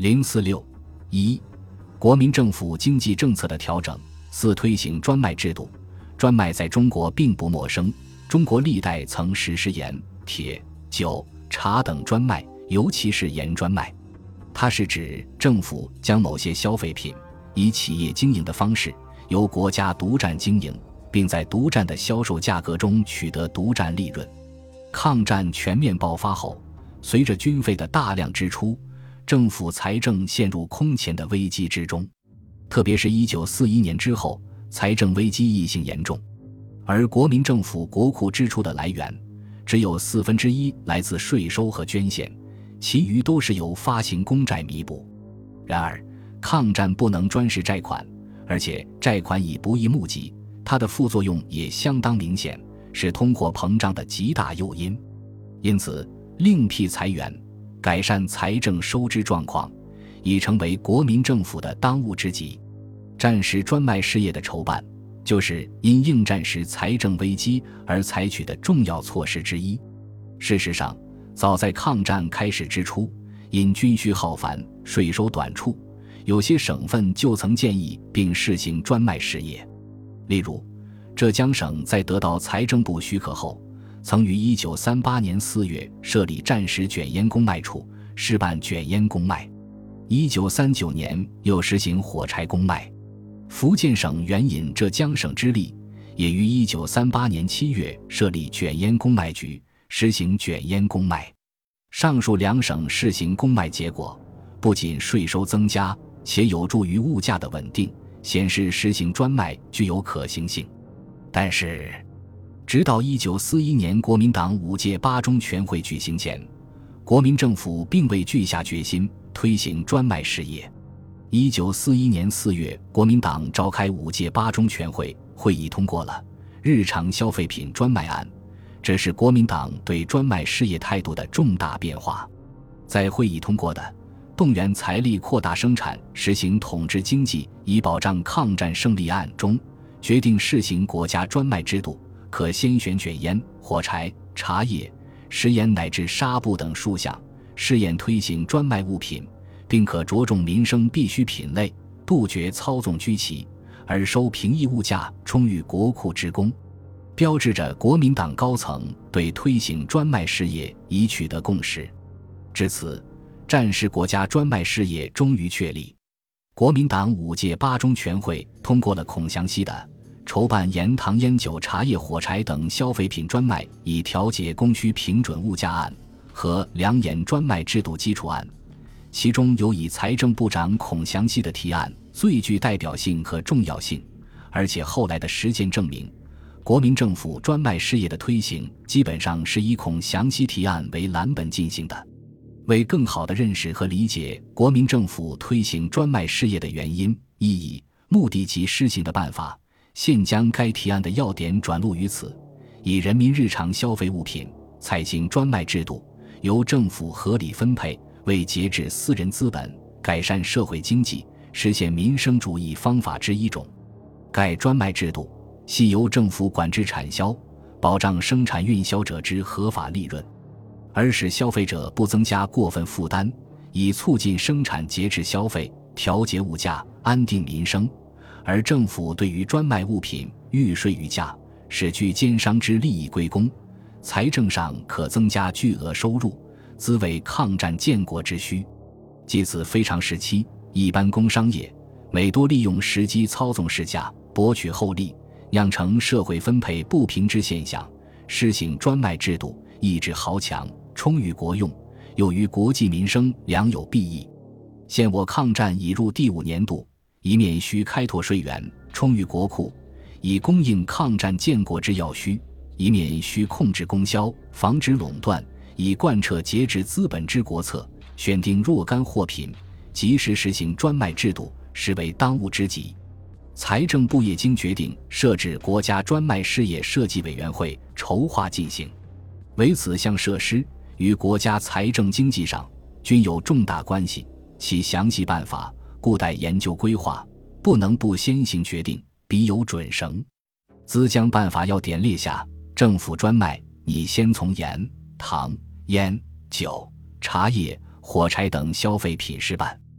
046-1国民政府经济政策的调整。4推行专卖制度。专卖在中国并不陌生，中国历代曾实施盐、铁、酒、茶等专卖，尤其是盐专卖。它是指政府将某些消费品以企业经营的方式由国家独占经营，并在独占的销售价格中取得独占利润。抗战全面爆发后，随着军费的大量支出，政府财政陷入空前的危机之中。特别是1941年之后，财政危机异性严重，而国民政府国库支出的来源只有1/4来自税收和捐献，其余都是由发行公债弥补。然而，抗战不能专事债款，而且债款已不易募集，它的副作用也相当明显，是通货膨胀的极大诱因。因此，另辟财源，改善财政收支状况，已成为国民政府的当务之急。战时专卖事业的筹办，就是因应战时财政危机而采取的重要措施之一。事实上，早在抗战开始之初，因军需浩繁、税收短处，有些省份就曾建议并试行专卖事业。例如，浙江省在得到财政部许可后，曾于1938年4月设立战时卷烟公卖处，试办卷烟公卖。1939年又实行火柴公卖。福建省援引浙江省之力，也于1938年7月设立卷烟公卖局，实行卷烟公卖。上述两省试行公卖结果，不仅税收增加，且有助于物价的稳定，显示实行专卖具有可行性。但是，直到1941年国民党5届8中全会举行前，国民政府并未具下决心推行专卖事业。1941年4月，国民党召开5届8中全会，会议通过了《日常消费品专卖案》，这是国民党对专卖事业态度的重大变化。在会议通过的《动员财力扩大生产，实行统治经济以保障抗战胜利案》中，决定试行国家专卖制度，可先选卷烟、火柴、茶叶、食盐乃至纱布等数项，试验推行专卖物品，并可着重民生必需品类，杜绝操纵居奇，而收平抑物价，充裕国库之功，标志着国民党高层对推行专卖事业已取得共识。至此，战时国家专卖事业终于确立。国民党5届8中全会通过了孔祥熙的筹办盐、糖、烟酒、茶叶、火柴等消费品专卖以调节供需平准物价案和粮盐专卖制度基础案，其中有以财政部长孔祥熙的提案最具代表性和重要性，而且后来的实践证明，国民政府专卖事业的推行基本上是以孔祥熙提案为蓝本进行的。为更好地认识和理解国民政府推行专卖事业的原因、意义、目的及施行的办法，现将该提案的要点转录于此。以人民日常消费物品采行专卖制度，由政府合理分配，为节制私人资本，改善社会经济，实现民生主义方法之一种。该专卖制度系由政府管制产销，保障生产运销者之合法利润，而使消费者不增加过分负担，以促进生产节制消费，调节物价，安定民生。而政府对于专卖物品预税于价，使居奸商之利益归公，财政上可增加巨额收入，兹为抗战建国之需。即此非常时期，一般工商业每多利用时机操纵市价，博取厚利，酿成社会分配不平之现象，施行专卖制度，抑制豪强，充裕国用，又于国计民生良有裨益。现我抗战已入第5年度，一面需开拓税源，充裕国库，以供应抗战建国之要需；一面需控制供销，防止垄断，以贯彻节制资本之国策，选定若干货品，及时实行专卖制度，实为当务之急。财政部也经决定设置国家专卖事业设计委员会，筹划进行。为此项设施与国家财政经济上均有重大关系，其详细办法故待研究规划，不能不先行决定，彼有准绳。兹将办法要点列下，政府专卖拟先从盐、糖、烟、酒、茶叶、火柴等消费品施办。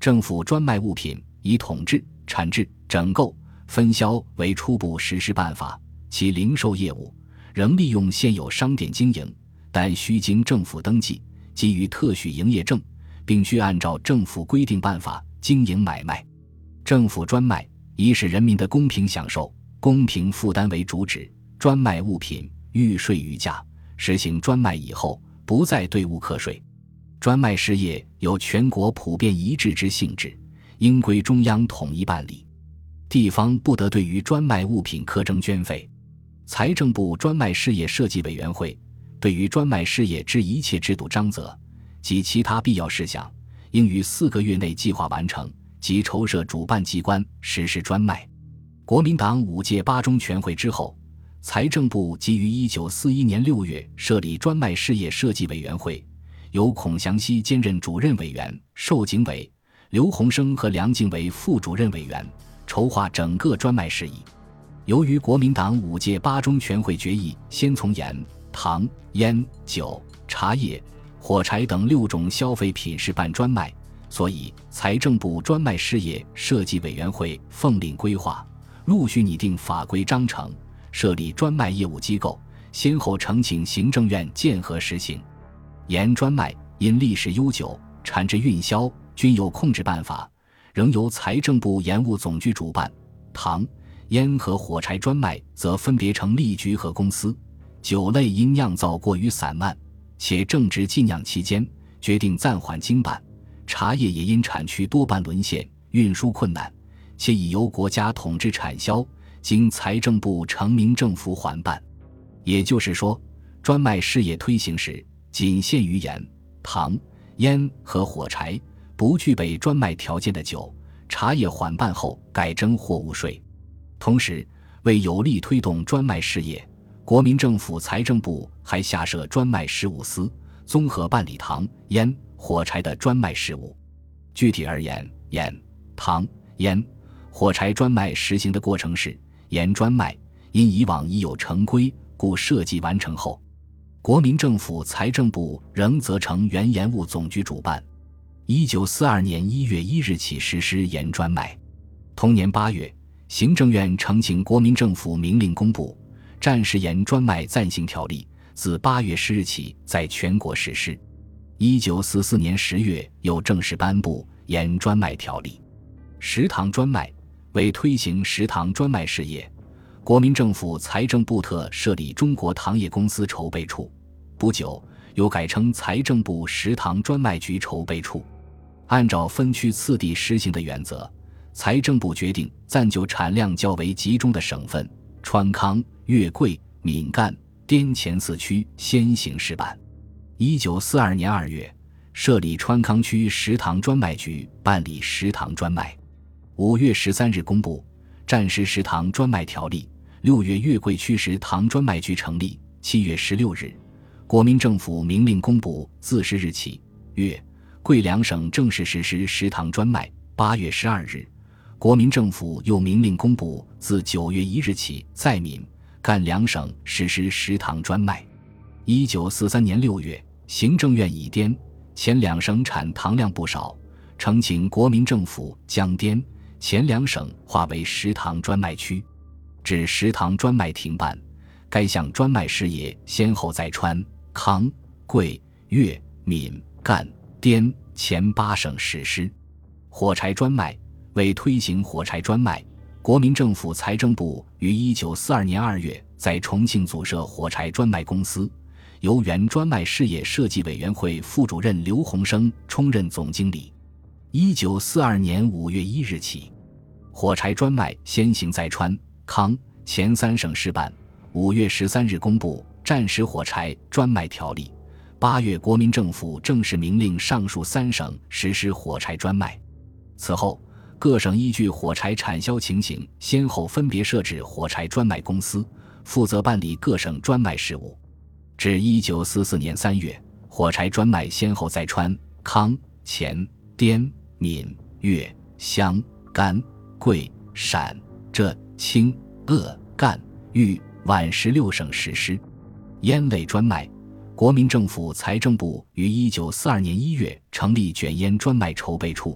政府专卖物品以统制、产制、整购、分销为初步实施办法，其零售业务仍利用现有商店经营，但需经政府登记，给予特许营业证，并需按照政府规定办法经营买卖。政府专卖以使人民的公平享受、公平负担为主旨，专卖物品预税于价，实行专卖以后不再对物课税。专卖事业有全国普遍一致之性质，应归中央统一办理，地方不得对于专卖物品课征捐费。财政部专卖事业设计委员会对于专卖事业之一切制度章则及其他必要事项，应于4个月内计划完成，即筹设主办机关实施专卖。国民党5届8中全会之后，财政部即于1941年6月设立专卖事业设计委员会，由孔祥熙兼任主任委员，寿景伟、刘鸿生和梁敬为副主任委员，筹划整个专卖事宜。由于国民党5届8中全会决议先从盐、糖、烟、酒、茶叶、火柴等6种消费品事办专卖，所以财政部专卖事业设计委员会奉令规划，陆续拟定法规章程，设立专卖业务机构，先后呈请行政院建核实行。盐专卖因历史悠久，产制运销均有控制办法，仍由财政部盐务总局主办。糖、烟和火柴专卖则分别成立局和公司。酒类因酿造过于散漫，且正值禁酿期间，决定暂缓经办。茶叶也因产区多半沦陷，运输困难，且已由国家统治产销，经财政部成民政府缓办。也就是说，专卖事业推行时仅限于盐、糖、烟和火柴，不具备专卖条件的酒、茶叶缓办后改征货物税。同时，为有力推动专卖事业，国民政府财政部还下设专卖事务司，综合办理糖、烟、火柴的专卖事务。具体而言，盐、糖、烟、火柴专卖实行的过程是：盐专卖因以往已有成规，故设计完成后，国民政府财政部仍责成原盐务总局主办。1942年1月1日起实施盐专卖。同年8月，行政院呈请国民政府明令公布《战时盐专卖暂行条例》，自8月10日起在全国实施。1944年10月又正式颁布《盐专卖条例》。食糖专卖为推行食糖专卖事业，国民政府财政部特设立中国糖业公司筹备处，不久又改称财政部食糖专卖局筹备处。按照分区次第实行的原则，财政部决定暂就产量较为集中的省份川康、粤桂、闽赣、滇黔4区先行试办。1942年2月，设立川康区食糖专卖局，办理食糖专卖。5月13日公布《战时食糖专卖条例》，6月粤桂区食糖专卖局成立。7月16日，国民政府明令公布，自是日起，粤、桂两省正式实施食糖专卖。8月12日，国民政府又明令公布，自9月1日起，在闽、赣两省实施食糖专卖。1943年6月，行政院以滇黔两省产糖量不少，呈请国民政府将滇黔两省划为食糖专卖区。至食糖专卖停办，该项专卖事业先后在川、康、桂、粤、闽、赣、滇黔8省实施。火柴专卖为推行火柴专卖，国民政府财政部于1942年2月在重庆组设火柴专卖公司，由原专卖事业设计委员会副主任刘鸿生充任总经理。1942年5月1日起，火柴专卖先行在川、康、黔3省试办。5月13日公布《战时火柴专卖条例》，8月国民政府正式明令上述3省实施火柴专卖。此后，各省依据火柴产销情形，先后分别设置火柴专卖公司，负责办理各省专卖事务。至1944年3月，火柴专卖先后在川、康、黔、滇、闽、粤、湘、甘、桂、陕、浙、清、鄂、赣、豫、皖16省实施。烟类专卖，国民政府财政部于1942年1月成立卷烟专卖筹备处，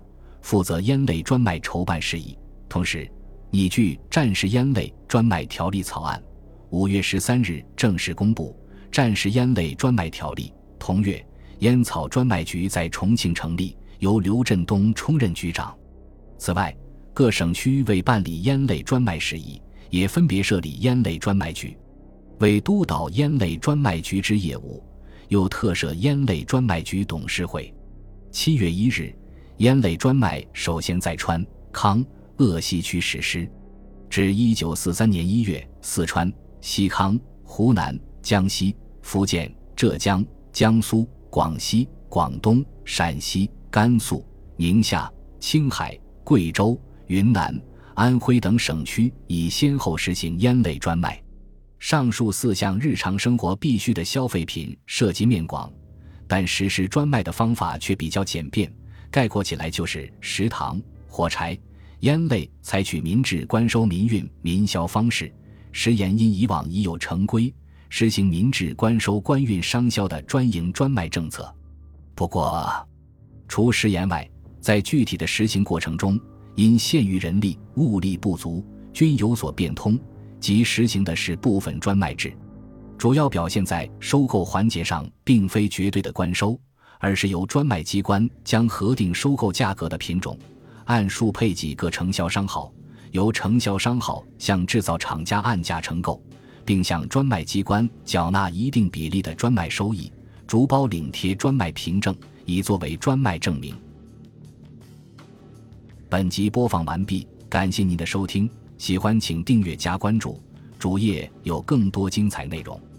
负责烟类专卖筹办事宜。同时，拟具《战时烟类专卖条例》草案，5月13日正式公布《战时烟类专卖条例》。同月，烟草专卖局在重庆成立，由刘振东充任局长。此外，各省区为办理烟类专卖事宜，也分别设立烟类专卖局。为督导烟类专卖局之业务，又特设烟类专卖局董事会。7月1日，烟类专卖首先在川、康、鄂西区实施。至1943年1月，四川、西康、湖南、江西、福建、浙江、江苏、广西、广东、陕西、甘肃、宁夏、青海、贵州、云南、安徽等省区已先后实行烟类专卖。上述4项日常生活必需的消费品涉及面广，但实施专卖的方法却比较简便，概括起来就是食糖、火柴、烟类采取民制官收民运民销方式，食盐因以往已有成规，实行民制官收官运商销的专营专卖政策。不过，除食盐外，在具体的实行过程中，因限于人力物力不足，均有所变通，即实行的是部分专卖制，主要表现在收购环节上并非绝对的官收，而是由专卖机关将核定收购价格的品种按数配给各承销商号，由承销商号向制造厂家按价承购，并向专卖机关缴纳一定比例的专卖收益，逐包领贴专卖凭证，以作为专卖证明。本集播放完毕，感谢您的收听，喜欢请订阅加关注，主页有更多精彩内容。